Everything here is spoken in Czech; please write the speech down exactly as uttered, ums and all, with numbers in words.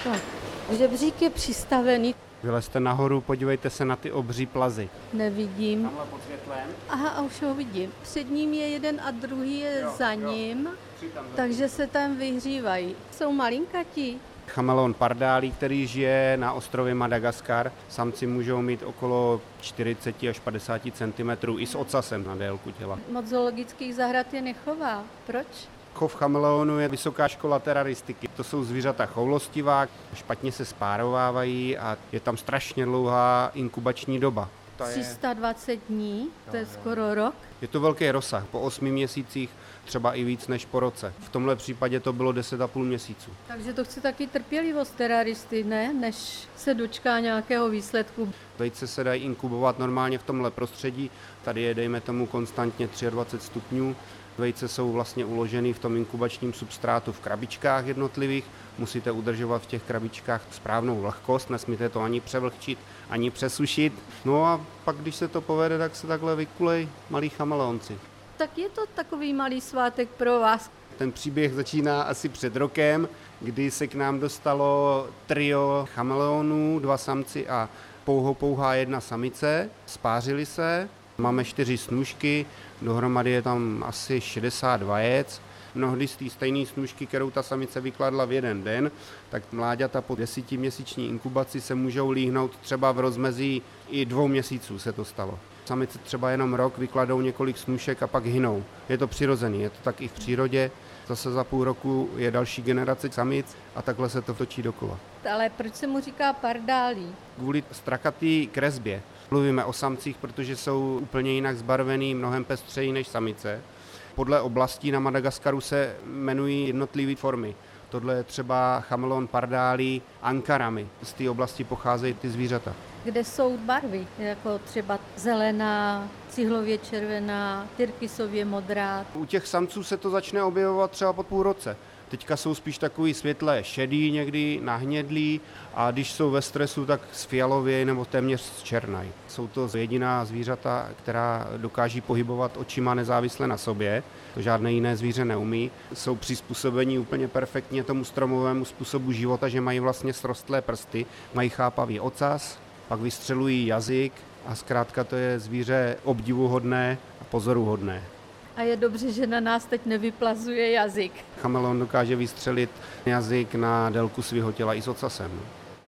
Tak, žebřík je přistavený. Vylezte nahoru, podívejte se na ty obří plazy. Nevidím. Tamhle pod světlem. Aha, a už ho vidím. Před ním je jeden a druhý je Jo, za jo. ním, Tam takže se tam vyhřívají. Jsou malinkatí. Chameleon pardálí, který žije na ostrově Madagaskar. Samci můžou mít okolo čtyřicet až padesát centimetrů i s ocasem na délku těla. Moc zoologických zahrad je nechová. Proč? Chov chameleonu je vysoká škola teraristiky. To jsou zvířata choulostivá, špatně se spárovávají a je tam strašně dlouhá inkubační doba. To je, tři sta dvacet dní, to je skoro rok. je to velký rozsah, po osmi měsících třeba i víc než po roce. V tomhle případě to bylo deset a půl měsíců. Takže to chce taky trpělivost teraristy, ne? Než se dočká nějakého výsledku. Vejce se dají inkubovat normálně v tomhle prostředí. Tady je, dejme tomu, konstantně dvacet tři stupňů. Vejce jsou vlastně uloženy v tom inkubačním substrátu v krabičkách jednotlivých. Musíte udržovat v těch krabičkách správnou vlhkost, nesmíte to ani převlhčit, ani přesušit. No a pak, když se to povede, tak se takhle vykulej malí chameleonci. Tak je to takový malý svátek pro vás. Ten příběh začíná asi před rokem, kdy se k nám dostalo trio chameleonů, dva samci a pouho pouhá jedna samice. Spářili se, máme čtyři snůšky, dohromady je tam asi šedesát vajec. Mnohdy z té stejné snůšky, kterou ta samice vykladla v jeden den, tak mláďata po desetiměsíční inkubaci se můžou líhnout třeba v rozmezí i dvou měsíců se to stalo. Samice třeba jenom rok vykladou několik snůšek a pak hynou. Je to přirozený, je to tak i v přírodě. Zase za půl roku je další generace samic a takhle se to točí dokola. Ale proč se mu říká pardálí? Kvůli strakatý kresbě. Mluvíme o samcích, protože jsou úplně jinak zbarvený, mnohem pestřejí než samice. Podle oblastí na Madagaskaru se jmenují jednotlivé formy. Tohle je třeba chameleon pardálí ankarami. Z té oblasti pocházejí ty zvířata. Kde jsou barvy, jako třeba zelená, cihlově červená, tyrkysově modrá. U těch samců se to začne objevovat třeba po půl roce. Teďka jsou spíš takový světlé šedý, někdy nahnědlý a když jsou ve stresu, tak sfialově nebo téměř černaj. Jsou to jediná zvířata, která dokáží pohybovat očima nezávisle na sobě. To žádné jiné zvíře neumí. Jsou přizpůsobení úplně perfektně tomu stromovému způsobu života, že mají vlastně srostlé prsty, mají chápavý ocas, pak vystřelují jazyk a zkrátka to je zvíře obdivuhodné a pozoruhodné. A je dobře, že na nás teď nevyplazuje jazyk. Chameleon dokáže vystřelit jazyk na délku svého těla i s ocasem.